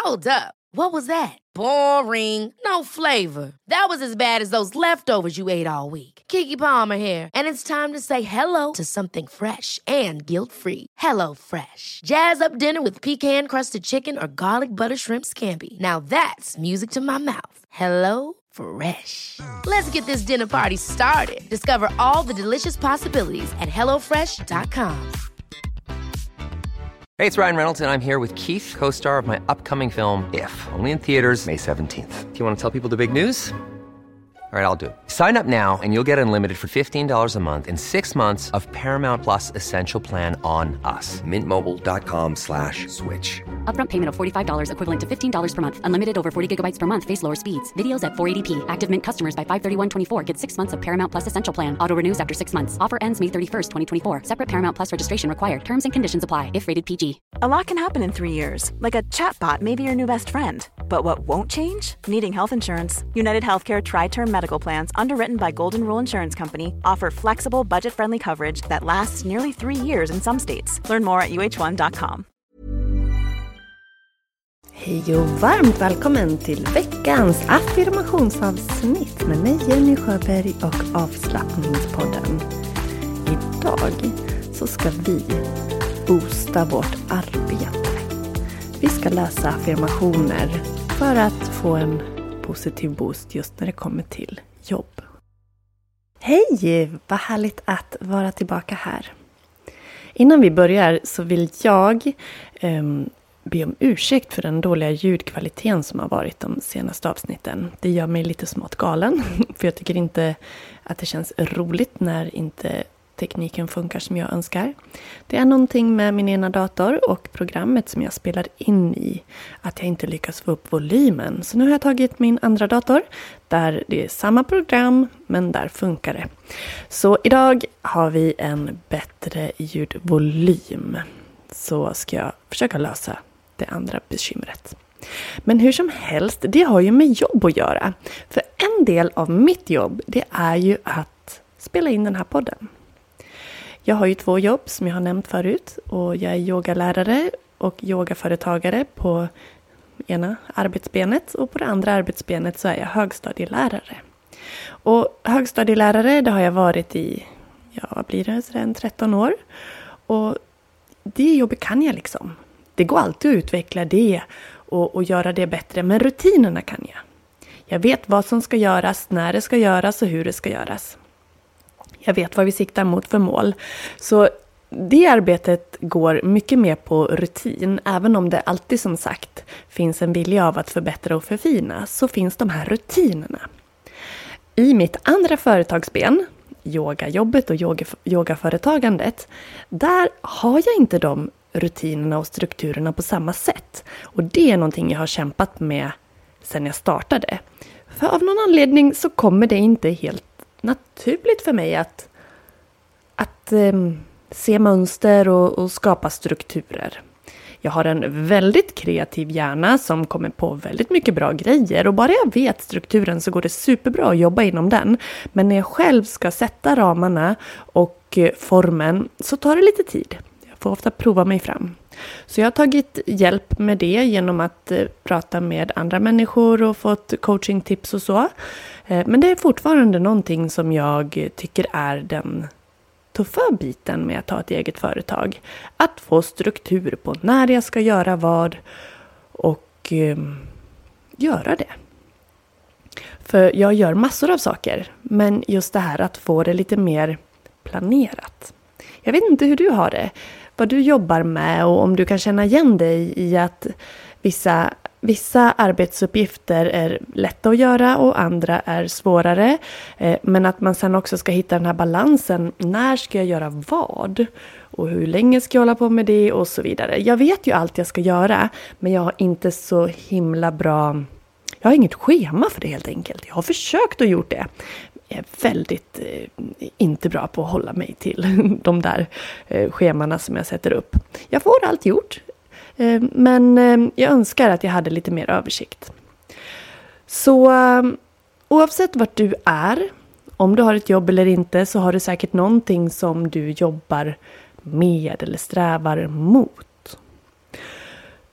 Hold up. What was that? Boring. No flavor. That was as bad as those leftovers you ate all week. Keke Palmer here, and it's time to say hello to something fresh and guilt-free. Hello Fresh. Jazz up dinner with pecan-crusted chicken or garlic butter shrimp scampi. Now that's music to my mouth. Hello Fresh. Let's get this dinner party started. Discover all the delicious possibilities at hellofresh.com. Hey, it's Ryan Reynolds, and I'm here with Keith, co-star of my upcoming film, If, only in theaters May 17th. Do you want to tell people the big news? All right, I'll do it. Sign up now and you'll get unlimited for $15 a month and 6 months of Paramount Plus Essential Plan on us. MintMobile.com/switch. Upfront payment of $45 equivalent to $15 per month. Unlimited over 40 gigabytes per month. Face lower speeds. Videos at 480p. Active Mint customers by 531.24 get 6 months of Paramount Plus Essential Plan. Auto renews after 6 months. Offer ends May 31st, 2024. Separate Paramount Plus registration required. Terms and conditions apply if rated PG. A lot can happen in 3 years. Like a chatbot may be your new best friend. But what won't change? Needing health insurance. United Healthcare Tri-Term Medical Plans, underwritten by Golden Rule Insurance Company, offer flexible, budget-friendly coverage that lasts nearly 3 years in some states. Learn more at uh1.com. Hej och varmt välkommen till veckans affirmationsavsnitt med mig, Jenny Sjöberg, och avslappningspodden. Idag så ska vi boosta vårt arbete. Vi ska läsa affirmationer för att få en positiv boost just när det kommer till jobb. Hej! Vad härligt att vara tillbaka här. Innan vi börjar så vill jag be om ursäkt för den dåliga ljudkvaliteten som har varit de senaste avsnitten. Det gör mig lite smått galen, för jag tycker inte att det känns roligt när inte tekniken funkar som jag önskar. Det är någonting med min ena dator och programmet som jag spelar in i att jag inte lyckas få upp volymen. Så nu har jag tagit min andra dator där det är samma program men där funkar det. Så idag har vi en bättre ljudvolym. Så ska jag försöka lösa det andra bekymret. Men hur som helst, det har ju med jobb att göra. För en del av mitt jobb, det är ju att spela in den här podden. Jag har ju 2 jobb som jag har nämnt förut, och jag är yogalärare och yogaföretagare på ena arbetsbenet, och på det andra arbetsbenet så är jag högstadielärare. Och högstadielärare, det har jag varit i, vad blir det, sedan 13 år. Och det jobbet kan jag liksom. Det går alltid att utveckla det och göra det bättre, men rutinerna kan jag. Jag vet vad som ska göras, när det ska göras och hur det ska göras. Jag vet vad vi siktar mot för mål. Så det arbetet går mycket mer på rutin. Även om det alltid, som sagt, finns en vilja av att förbättra och förfina, så finns de här rutinerna. I mitt andra företagsben, yogajobbet och yogaföretagandet, där har jag inte de rutinerna och strukturerna på samma sätt. Och det är någonting jag har kämpat med sedan jag startade. För av någon anledning så kommer det inte helt naturligt för mig att se mönster och skapa strukturer. Jag har en väldigt kreativ hjärna som kommer på väldigt mycket bra grejer, och bara jag vet strukturen så går det superbra att jobba inom den. Men när jag själv ska sätta ramarna och formen så tar det lite tid. Jag får ofta prova mig fram. Så jag har tagit hjälp med det genom att prata med andra människor och fått coachingtips och så. Men det är fortfarande någonting som jag tycker är den tuffa biten med att ha ett eget företag. Att få struktur på när jag ska göra vad och göra det. För jag gör massor av saker, men just det här att få det lite mer planerat. Jag vet inte hur du har det, vad du jobbar med, och om du kan känna igen dig i att vissa arbetsuppgifter är lätta att göra och andra är svårare. Men att man sen också ska hitta den här balansen. När ska jag göra vad? Och hur länge ska jag hålla på med det? Och så vidare. Jag vet ju allt jag ska göra, men jag har inte så himla bra... Jag har inget schema för det helt enkelt. Jag har försökt och gjort det. Jag är väldigt inte bra på att hålla mig till de där schemana som jag sätter upp. Jag får allt gjort. Men jag önskar att jag hade lite mer översikt. Så oavsett vart du är, om du har ett jobb eller inte, så har du säkert någonting som du jobbar med eller strävar mot.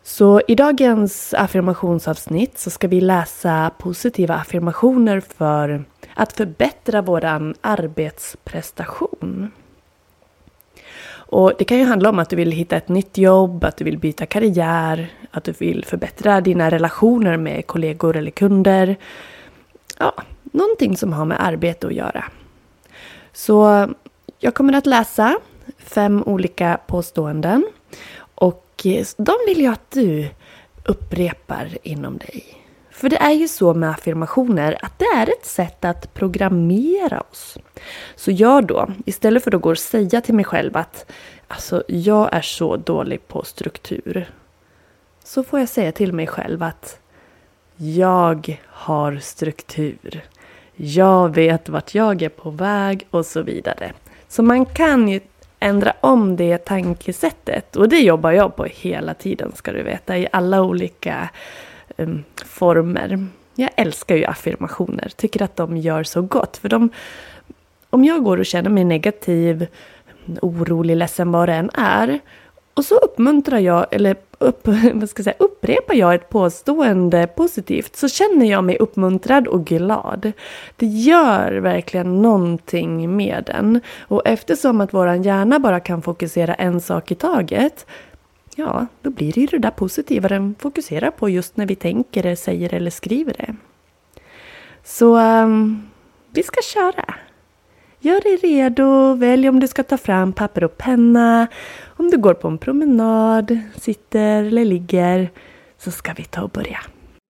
Så i dagens affirmationsavsnitt så ska vi läsa positiva affirmationer för att förbättra våran arbetsprestation. Och det kan ju handla om att du vill hitta ett nytt jobb, att du vill byta karriär, att du vill förbättra dina relationer med kollegor eller kunder. Ja, någonting som har med arbete att göra. Så jag kommer att läsa 5 olika påståenden och de vill jag att du upprepar inom dig. För det är ju så med affirmationer att det är ett sätt att programmera oss. Så jag då, istället för att gå och säga till mig själv att alltså, jag är så dålig på struktur. Så får jag säga till mig själv att jag har struktur. Jag vet vart jag är på väg och så vidare. Så man kan ju ändra om det tankesättet. Och det jobbar jag på hela tiden, ska du veta, i alla olika former. Jag älskar ju affirmationer. Tycker att de gör så gott. För om jag går och känner mig negativ, orolig, ledsen, vad det än är. Och så uppmuntrar jag, eller upprepar jag ett påstående positivt. Så känner jag mig uppmuntrad och glad. Det gör verkligen någonting med den. Och eftersom att våran hjärna bara kan fokusera en sak i taget. Ja, då blir det ju det där positiva den fokuserar på just när vi tänker det, säger eller skriver det. Så vi ska köra. Gör dig redo, välj om du ska ta fram papper och penna. Om du går på en promenad, sitter eller ligger, så ska vi ta och börja.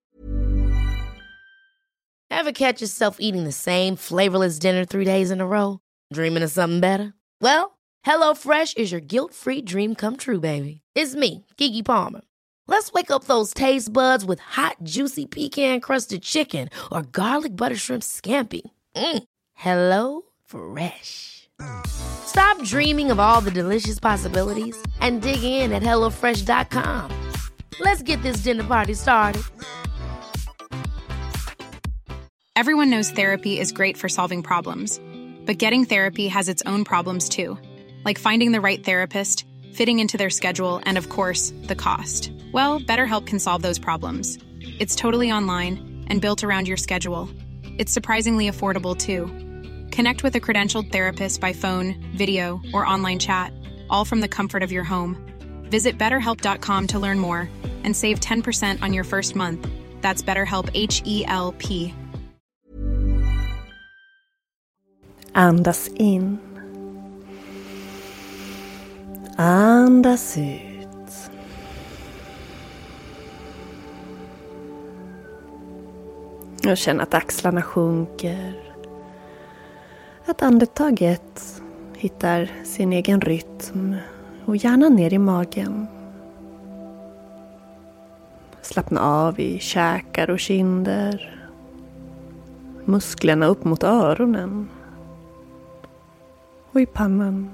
Ever catch yourself eating the same flavorless dinner 3 days in a row? Dreaming of something better? Well, HelloFresh is your guilt-free dream come true, baby. It's me, Keke Palmer. Let's wake up those taste buds with hot, juicy pecan-crusted chicken or garlic butter shrimp scampi. Hello Fresh. Stop dreaming of all the delicious possibilities and dig in at HelloFresh.com. Let's get this dinner party started. Everyone knows therapy is great for solving problems, but getting therapy has its own problems too, like finding the right therapist, fitting into their schedule, and of course, the cost. Well, BetterHelp can solve those problems. It's totally online and built around your schedule. It's surprisingly affordable too. Connect with a credentialed therapist by phone, video, or online chat, all from the comfort of your home. Visit BetterHelp.com to learn more and save 10% on your first month. That's BetterHelp, H-E-L-P. Andas in. Andas ut. Jag känner att axlarna sjunker. Att andetaget hittar sin egen rytm och gärna ner i magen. Slappna av i käkar och kinder. Musklerna upp mot öronen. Och i pannan.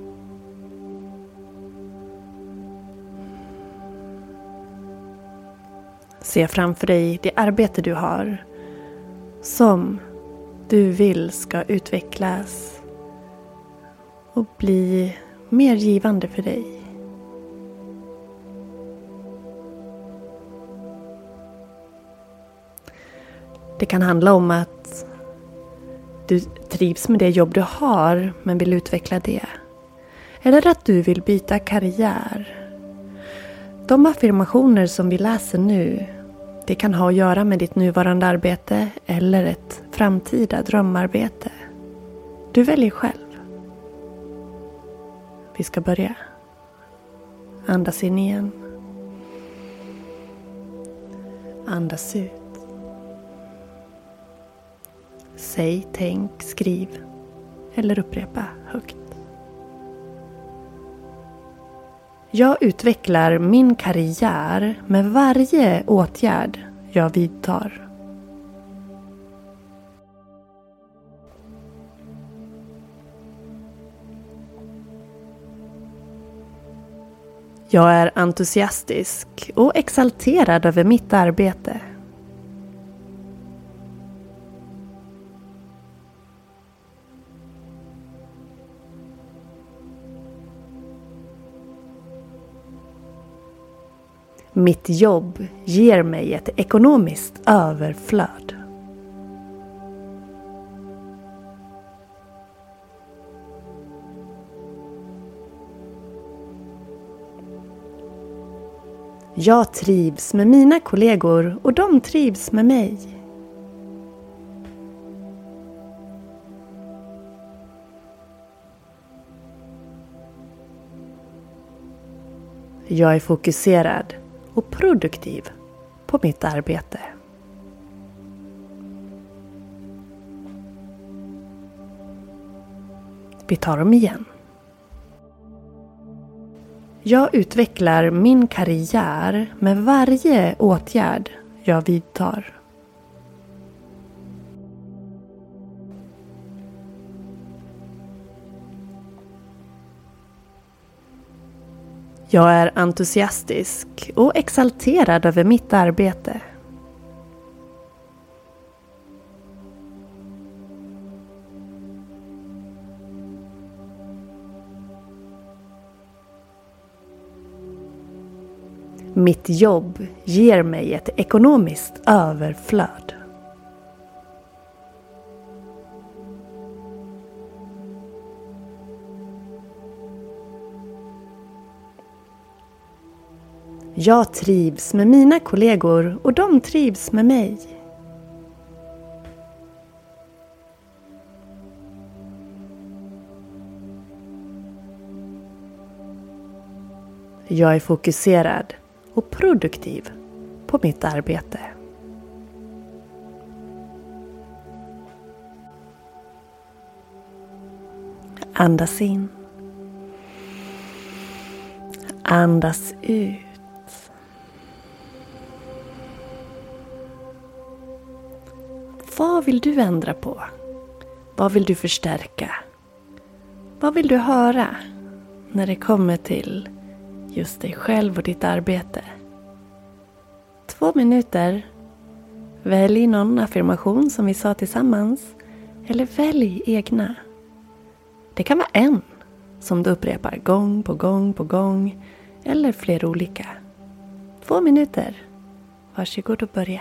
Se framför dig det arbete du har som du vill ska utvecklas och bli mer givande för dig. Det kan handla om att du trivs med det jobb du har men vill utveckla det. Eller att du vill byta karriär. De affirmationer som vi läser nu, det kan ha att göra med ditt nuvarande arbete eller ett framtida drömarbete. Du väljer själv. Vi ska börja. Andas in igen. Andas ut. Säg, tänk, skriv eller upprepa högt. Jag utvecklar min karriär med varje åtgärd jag vidtar. Jag är entusiastisk och exalterad över mitt arbete. Mitt jobb ger mig ett ekonomiskt överflöd. Jag trivs med mina kollegor och de trivs med mig. Jag är fokuserad och produktiv på mitt arbete. Vi tar dem igen. Jag utvecklar min karriär med varje åtgärd jag vidtar. Jag är entusiastisk och exalterad över mitt arbete. Mitt jobb ger mig ett ekonomiskt överflöd. Jag trivs med mina kollegor och de trivs med mig. Jag är fokuserad och produktiv på mitt arbete. Andas in. Andas ut. Vad vill du ändra på? Vad vill du förstärka? Vad vill du höra när det kommer till just dig själv och ditt arbete? 2 minuter. Välj någon affirmation som vi sa tillsammans. Eller välj egna. Det kan vara en som du upprepar gång på gång på gång. Eller fler olika. 2 minuter. Varsågod och börja.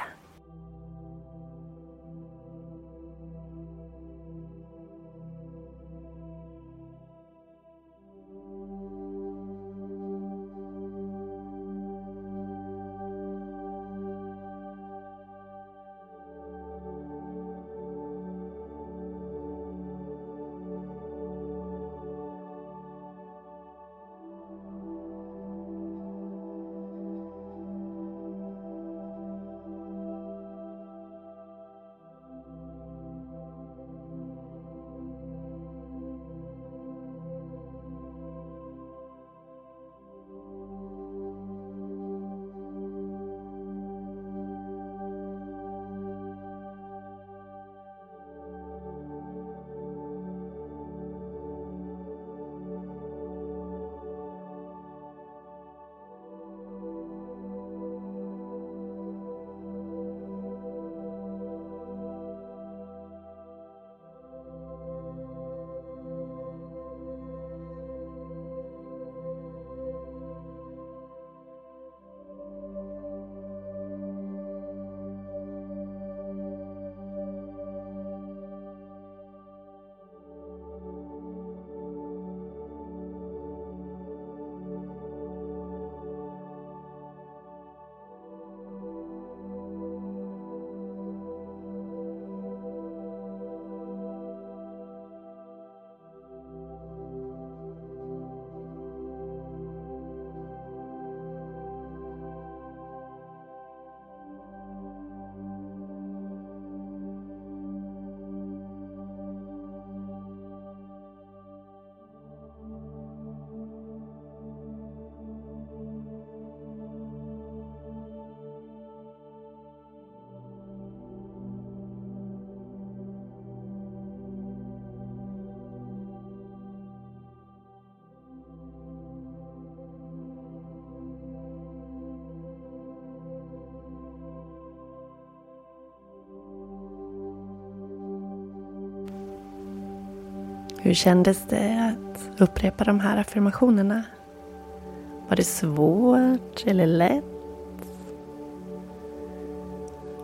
Hur kändes det att upprepa de här affirmationerna? Var det svårt eller lätt?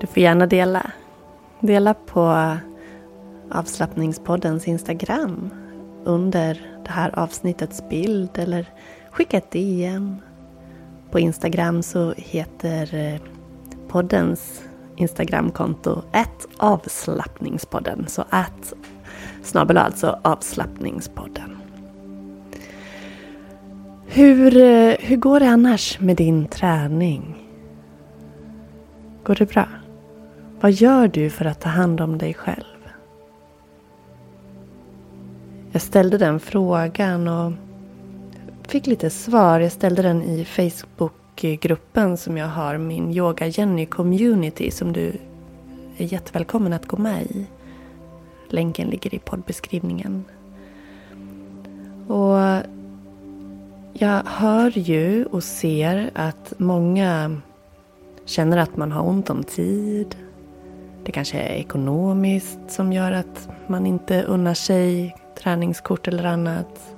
Du får gärna dela. Dela på avslappningspoddens Instagram under det här avsnittets bild eller skicka ett DM. På Instagram så heter poddens Instagramkonto @avslappningspodden. Så @ avslappningspodden. Hur går det annars med din träning? Går det bra? Vad gör du för att ta hand om dig själv? Jag ställde den frågan och fick lite svar. Jag ställde den i Facebookgruppen som jag har, min Yoga Jenny community, som du är jättevälkommen att gå med i. Länken ligger i poddbeskrivningen. Och jag hör ju och ser att många känner att man har ont om tid. Det kanske är ekonomiskt som gör att man inte unnar sig träningskort eller annat.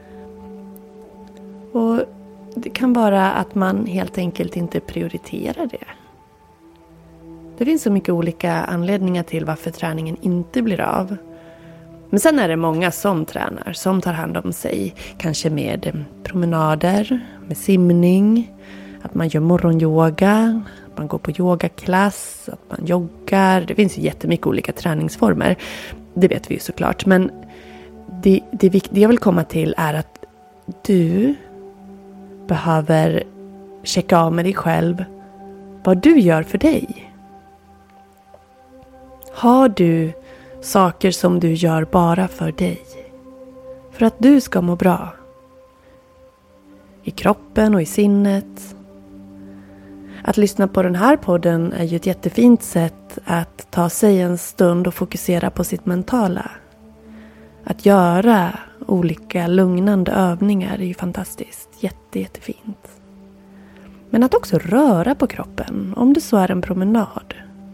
Och det kan vara att man helt enkelt inte prioriterar det. Det finns så mycket olika anledningar till varför träningen inte blir av. Men sen är det många som tränar, som tar hand om sig. Kanske med promenader, med simning, att man gör morgonyoga, att man går på yogaklass, att man joggar. Det finns ju jättemycket olika träningsformer. Det vet vi ju såklart. Men det jag vill komma till är att du behöver checka av med dig själv vad du gör för dig. Har du saker som du gör bara för dig? För att du ska må bra. I kroppen och i sinnet. Att lyssna på den här podden är ju ett jättefint sätt att ta sig en stund och fokusera på sitt mentala. Att göra olika lugnande övningar är ju fantastiskt. Jättefint. Men att också röra på kroppen, om det så är en promenad.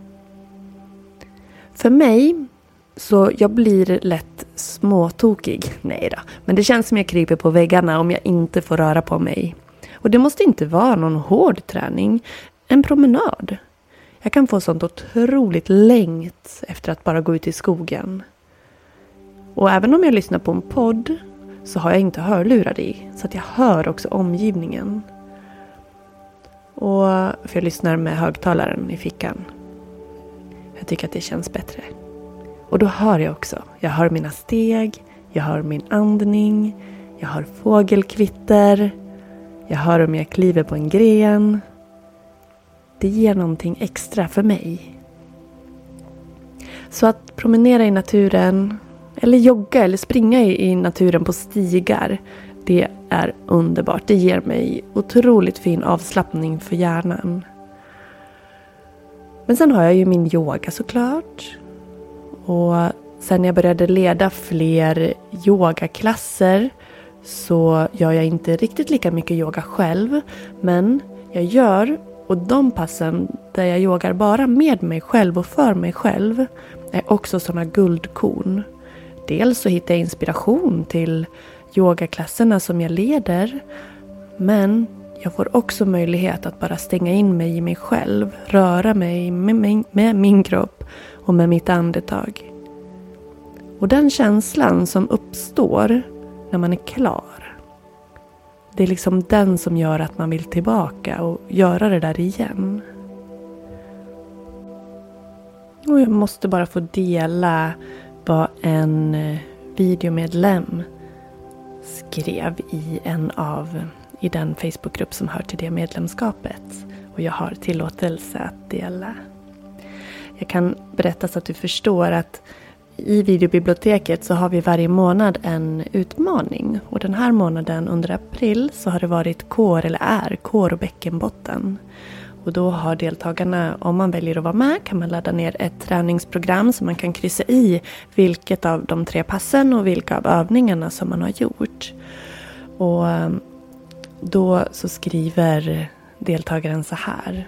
För mig, så jag blir lätt småtokig. Nej då, men det känns som jag kryper på väggarna om jag inte får röra på mig. Och det måste inte vara någon hård träning. En promenad. Jag kan få sånt otroligt längt efter att bara gå ut i skogen. Och även om jag lyssnar på en podd så har jag inte hörlurar i. Så att jag hör också omgivningen. För jag lyssnar med högtalaren i fickan. Jag tycker att det känns bättre. Och då hör jag också. Jag hör mina steg. Jag hör min andning. Jag hör fågelkvitter. Jag hör om jag kliver på en gren. Det ger någonting extra för mig. Så att promenera i naturen. Eller jogga eller springa i naturen på stigar. Det är underbart. Det ger mig otroligt fin avslappning för hjärnan. Men sen har jag ju min yoga såklart. Och sen när jag började leda fler yogaklasser så gör jag inte riktigt lika mycket yoga själv. Men jag gör, och de passen där jag yogar bara med mig själv och för mig själv är också sådana guldkorn. Dels så hittar jag inspiration till yogaklasserna som jag leder. Men jag får också möjlighet att bara stänga in mig i mig själv. Röra mig med min kropp och med mitt andetag. Och den känslan som uppstår när man är klar. Det är liksom den som gör att man vill tillbaka och göra det där igen. Och jag måste bara få dela vad en videomedlem skrev i den Facebookgrupp som hör till det medlemskapet. Och jag har tillåtelse att dela. Jag kan berätta så att du förstår att i videobiblioteket så har vi varje månad en utmaning. Och den här månaden under april så har det varit kår och bäckenbotten. Och då har deltagarna, om man väljer att vara med, kan man ladda ner ett träningsprogram som man kan kryssa i vilket av de 3 passen och vilka av övningarna som man har gjort. Och då så skriver deltagaren så här.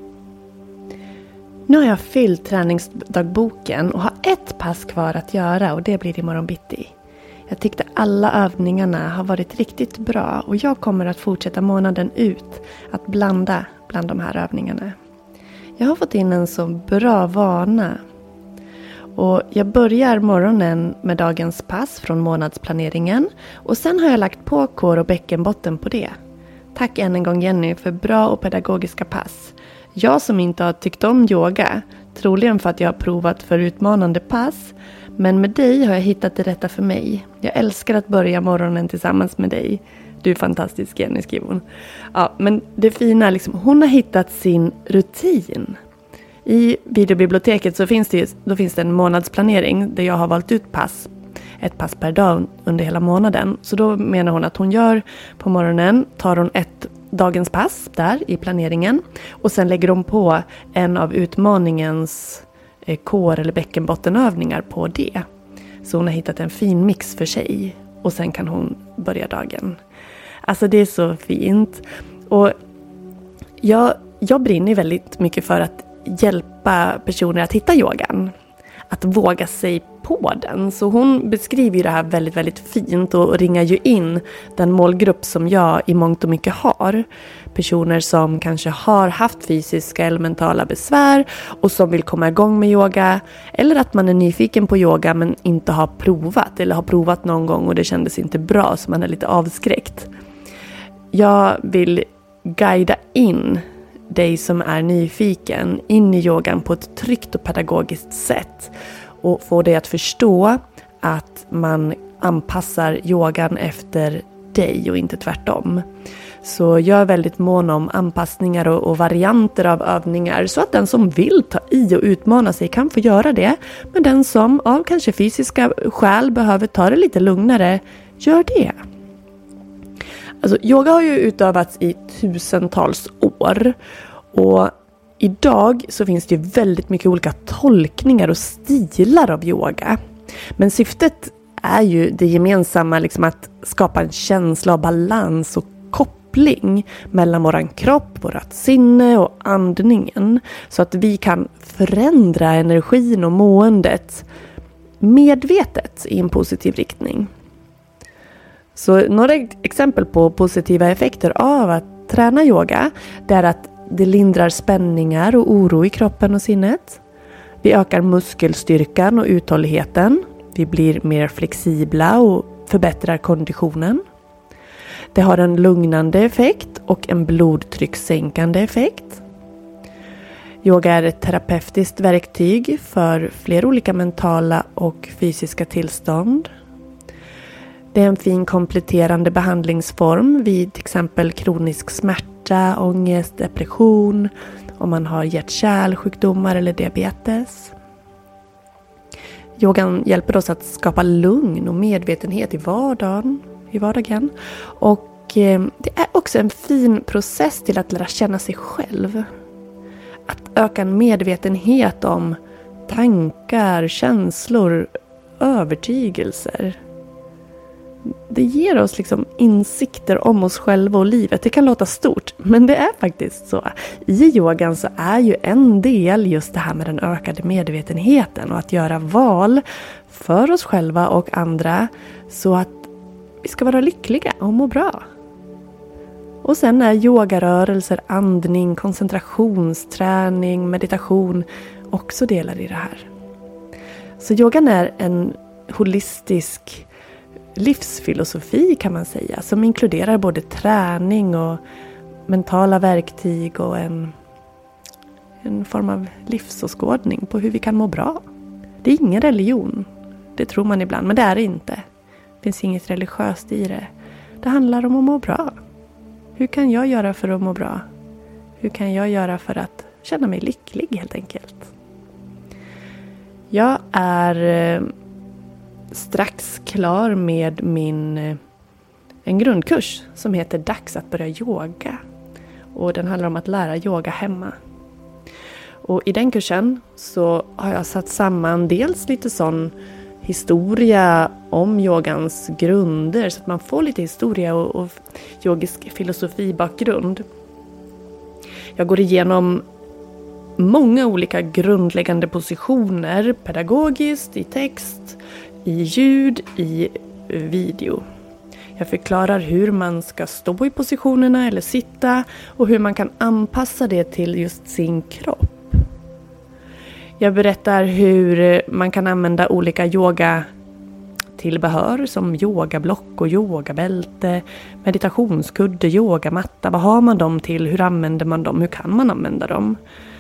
Nu har jag fyllt träningsdagboken och har ett pass kvar att göra och det blir imorgon bitti. Jag tyckte alla övningarna har varit riktigt bra och jag kommer att fortsätta månaden ut att blanda bland de här övningarna. Jag har fått in en så bra vana. Och jag börjar morgonen med dagens pass från månadsplaneringen. Och sen har jag lagt på kår och bäckenbotten på det. Tack än en gång Jenny för bra och pedagogiska pass. Jag som inte har tyckt om yoga, troligen för att jag har provat för utmanande pass. Men med dig har jag hittat det rätta för mig. Jag älskar att börja morgonen tillsammans med dig. Du är fantastisk Jenny, skriver hon. Ja, men det fina liksom, hon har hittat sin rutin. I videobiblioteket så finns det en månadsplanering där jag har valt ut ett pass per dag under hela månaden. Så då menar hon att hon gör på morgonen, tar hon ett dagens pass där i planeringen. Och sen lägger hon på en av utmaningens kår- eller bäckenbottenövningar på det. Så hon har hittat en fin mix för sig. Och sen kan hon börja dagen. Alltså det är så fint. Och jag brinner väldigt mycket för att hjälpa personer att hitta yogan. Att våga sig på den. Så hon beskriver ju det här väldigt, väldigt fint och ringar ju in den målgrupp som jag i mångt och mycket har. Personer som kanske har haft fysiska eller mentala besvär och som vill komma igång med yoga. Eller att man är nyfiken på yoga men inte har provat eller har provat någon gång och det kändes inte bra så man är lite avskräckt. Jag vill guida in dig som är nyfiken in i yogan på ett tryggt och pedagogiskt sätt. Och få dig att förstå att man anpassar yogan efter dig och inte tvärtom. Så jag är väldigt mån om anpassningar och varianter av övningar så att den som vill ta i och utmana sig kan få göra det. Men den som av kanske fysiska skäl behöver ta det lite lugnare, gör det. Alltså, yoga har ju utövats i tusentals år och idag så finns det ju väldigt mycket olika tolkningar och stilar av yoga. Men syftet är ju det gemensamma liksom att skapa en känsla av balans och koppling mellan våran kropp, vårat sinne och andningen. Så att vi kan förändra energin och måendet medvetet i en positiv riktning. Så några exempel på positiva effekter av att träna yoga det är att det lindrar spänningar och oro i kroppen och sinnet. Vi ökar muskelstyrkan och uthålligheten. Vi blir mer flexibla och förbättrar konditionen. Det har en lugnande effekt och en blodtryckssänkande effekt. Yoga är ett terapeutiskt verktyg för flera olika mentala och fysiska tillstånd. Det är en fin kompletterande behandlingsform vid till exempel kronisk smärta, ångest, depression, om man har hjärt-kärlsjukdomar eller diabetes. Yogan hjälper oss att skapa lugn och medvetenhet i vardagen. Och det är också en fin process till att lära känna sig själv. Att öka en medvetenhet om tankar, känslor, övertygelser. Det ger oss liksom insikter om oss själva och livet. Det kan låta stort, men det är faktiskt så. I yogan så är ju en del just det här med den ökade medvetenheten och att göra val för oss själva och andra så att vi ska vara lyckliga och må bra. Och sen är yogarörelser, andning, koncentrationsträning, meditation också delar i det här. Så yogan är en holistisk livsfilosofi kan man säga, som inkluderar både träning och mentala verktyg och en form av livsåskådning på hur vi kan må bra. Det är ingen religion, det tror man ibland, men det är det inte. Det finns inget religiöst i det. Det handlar om att må bra. Hur kan jag göra för att må bra? Hur kan jag göra för att känna mig lycklig helt enkelt? Jag är strax klar med en grundkurs som heter Dags att börja yoga. Och den handlar om att lära yoga hemma. Och i den kursen så har jag satt samman dels lite sån historia om yogans grunder så att man får lite historia och yogisk filosofibakgrund. Jag går igenom många olika grundläggande positioner pedagogiskt, i text, i ljud, i video. Jag förklarar hur man ska stå i positionerna eller sitta och hur man kan anpassa det till just sin kropp. Jag berättar hur man kan använda olika yogatillbehör som yogablock och yogabälte, meditationskudde, yogamatta. Vad har man dem till? Hur använder man dem? Hur kan man använda dem?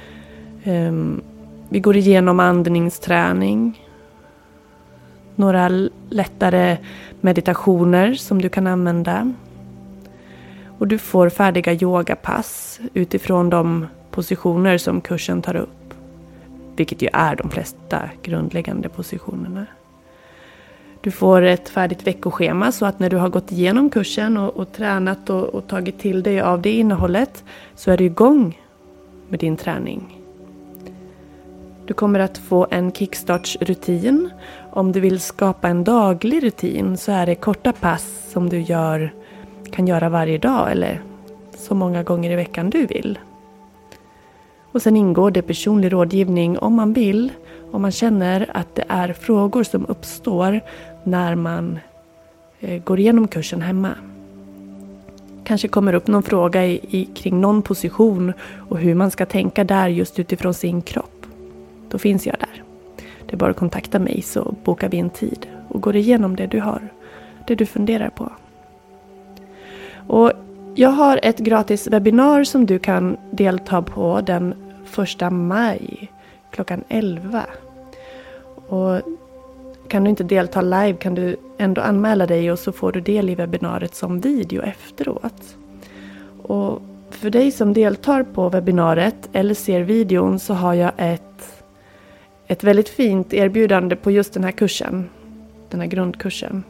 Vi går igenom andningsträning. Några lättare meditationer som du kan använda. Och du får färdiga yogapass utifrån de positioner som kursen tar upp. Vilket ju är de flesta grundläggande positionerna. Du får ett färdigt veckoschema så att när du har gått igenom kursen och tränat och tagit till dig av det innehållet så är du igång med din träning. Du kommer att få en kickstartsrutin. Om du vill skapa en daglig rutin så är det korta pass som du kan göra varje dag eller så många gånger i veckan du vill. Och sen ingår det personlig rådgivning om man vill. Om man känner att det är frågor som uppstår när man går igenom kursen hemma. Kanske kommer upp någon fråga kring någon position och hur man ska tänka där just utifrån sin kropp. Då finns jag där. Det är bara att kontakta mig så bokar vi en tid och går igenom det du har, det du funderar på. Och jag har ett gratis webbinar som du kan delta på den 1 maj klockan 11. Och kan du inte delta live kan du ändå anmäla dig och så får du del i webbinariet som video efteråt. Och för dig som deltar på webbinariet eller ser videon så har jag ett väldigt fint erbjudande på just den här kursen. Den här grundkursen.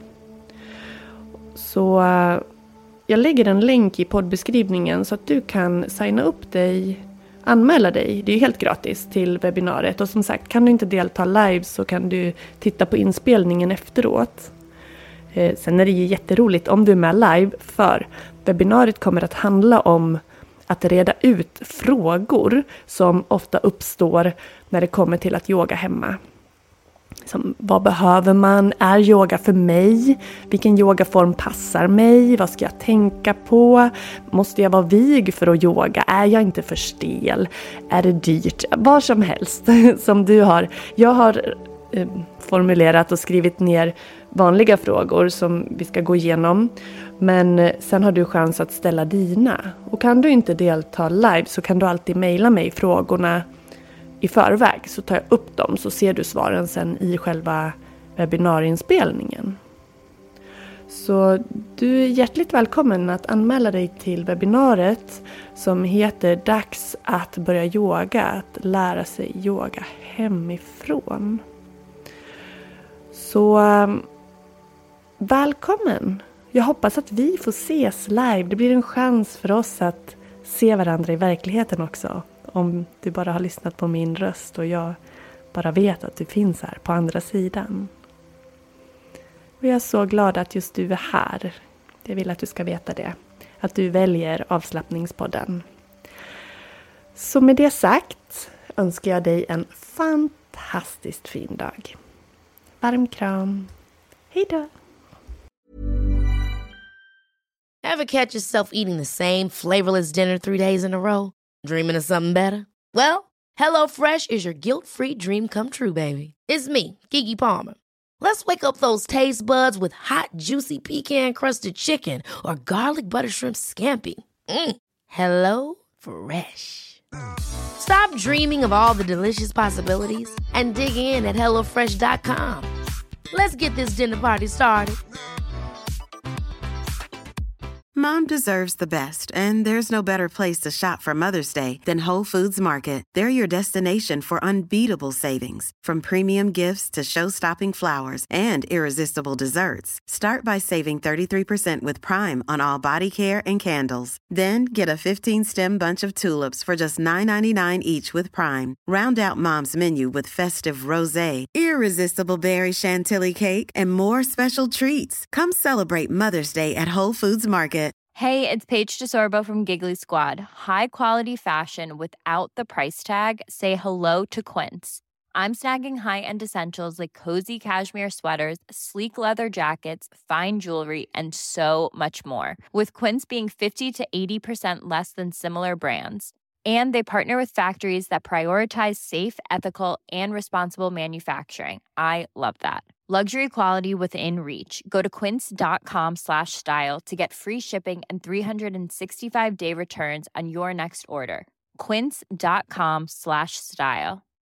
Så jag lägger en länk i poddbeskrivningen så att du kan signa upp dig, anmäla dig. Det är helt gratis till webbinariet. Och som sagt, kan du inte delta live så kan du titta på inspelningen efteråt. Sen är det ju jätteroligt om du är med live för webbinariet kommer att handla om att reda ut frågor som ofta uppstår när det kommer till att yoga hemma. Som, vad behöver man? Är yoga för mig? Vilken yogaform passar mig? Vad ska jag tänka på? Måste jag vara vig för att yoga? Är jag inte för stel? Är det dyrt? Vad som helst som du har. Jag har formulerat och skrivit ner vanliga frågor som vi ska gå igenom. Men sen har du chans att ställa dina. Och kan du inte delta live så kan du alltid mejla mig frågorna i förväg. Så tar jag upp dem så ser du svaren sen i själva webbinarieinspelningen. Så du är hjärtligt välkommen att anmäla dig till webbinariet som heter Dags att börja yoga. Att lära sig yoga hemifrån. Så välkommen! Jag hoppas att vi får ses live. Det blir en chans för oss att se varandra i verkligheten också. Om du bara har lyssnat på min röst och jag bara vet att du finns här på andra sidan. Och jag är så glad att just du är här. Jag vill att du ska veta det. Att du väljer avslappningspodden. Så med det sagt önskar jag dig en fantastiskt fin dag. Varm kram. Hej då! Ever catch yourself eating the same flavorless dinner 3 days in a row? Dreaming of something better? Well, HelloFresh is your guilt-free dream come true, baby. It's me, Keke Palmer. Let's wake up those taste buds with hot, juicy pecan-crusted chicken or garlic butter shrimp scampi. Hello Fresh. Stop dreaming of all the delicious possibilities and dig in at HelloFresh.com. Let's get this dinner party started. Mom deserves the best, and there's no better place to shop for Mother's Day than Whole Foods Market. They're your destination for unbeatable savings, from premium gifts to show-stopping flowers and irresistible desserts. Start by saving 33% with Prime on all body care and candles. Then get a 15-stem bunch of tulips for just $9.99 each with Prime. Round out Mom's menu with festive rosé, irresistible berry chantilly cake, and more special treats. Come celebrate Mother's Day at Whole Foods Market. Hey, it's Paige DeSorbo from Giggly Squad. High quality fashion without the price tag. Say hello to Quince. I'm snagging high-end essentials like cozy cashmere sweaters, sleek leather jackets, fine jewelry, and so much more. With Quince being 50 to 80% less than similar brands. And they partner with factories that prioritize safe, ethical, and responsible manufacturing. I love that. Luxury quality within reach. Go to quince.com/style to get free shipping and 365-day returns on your next order. Quince.com/style.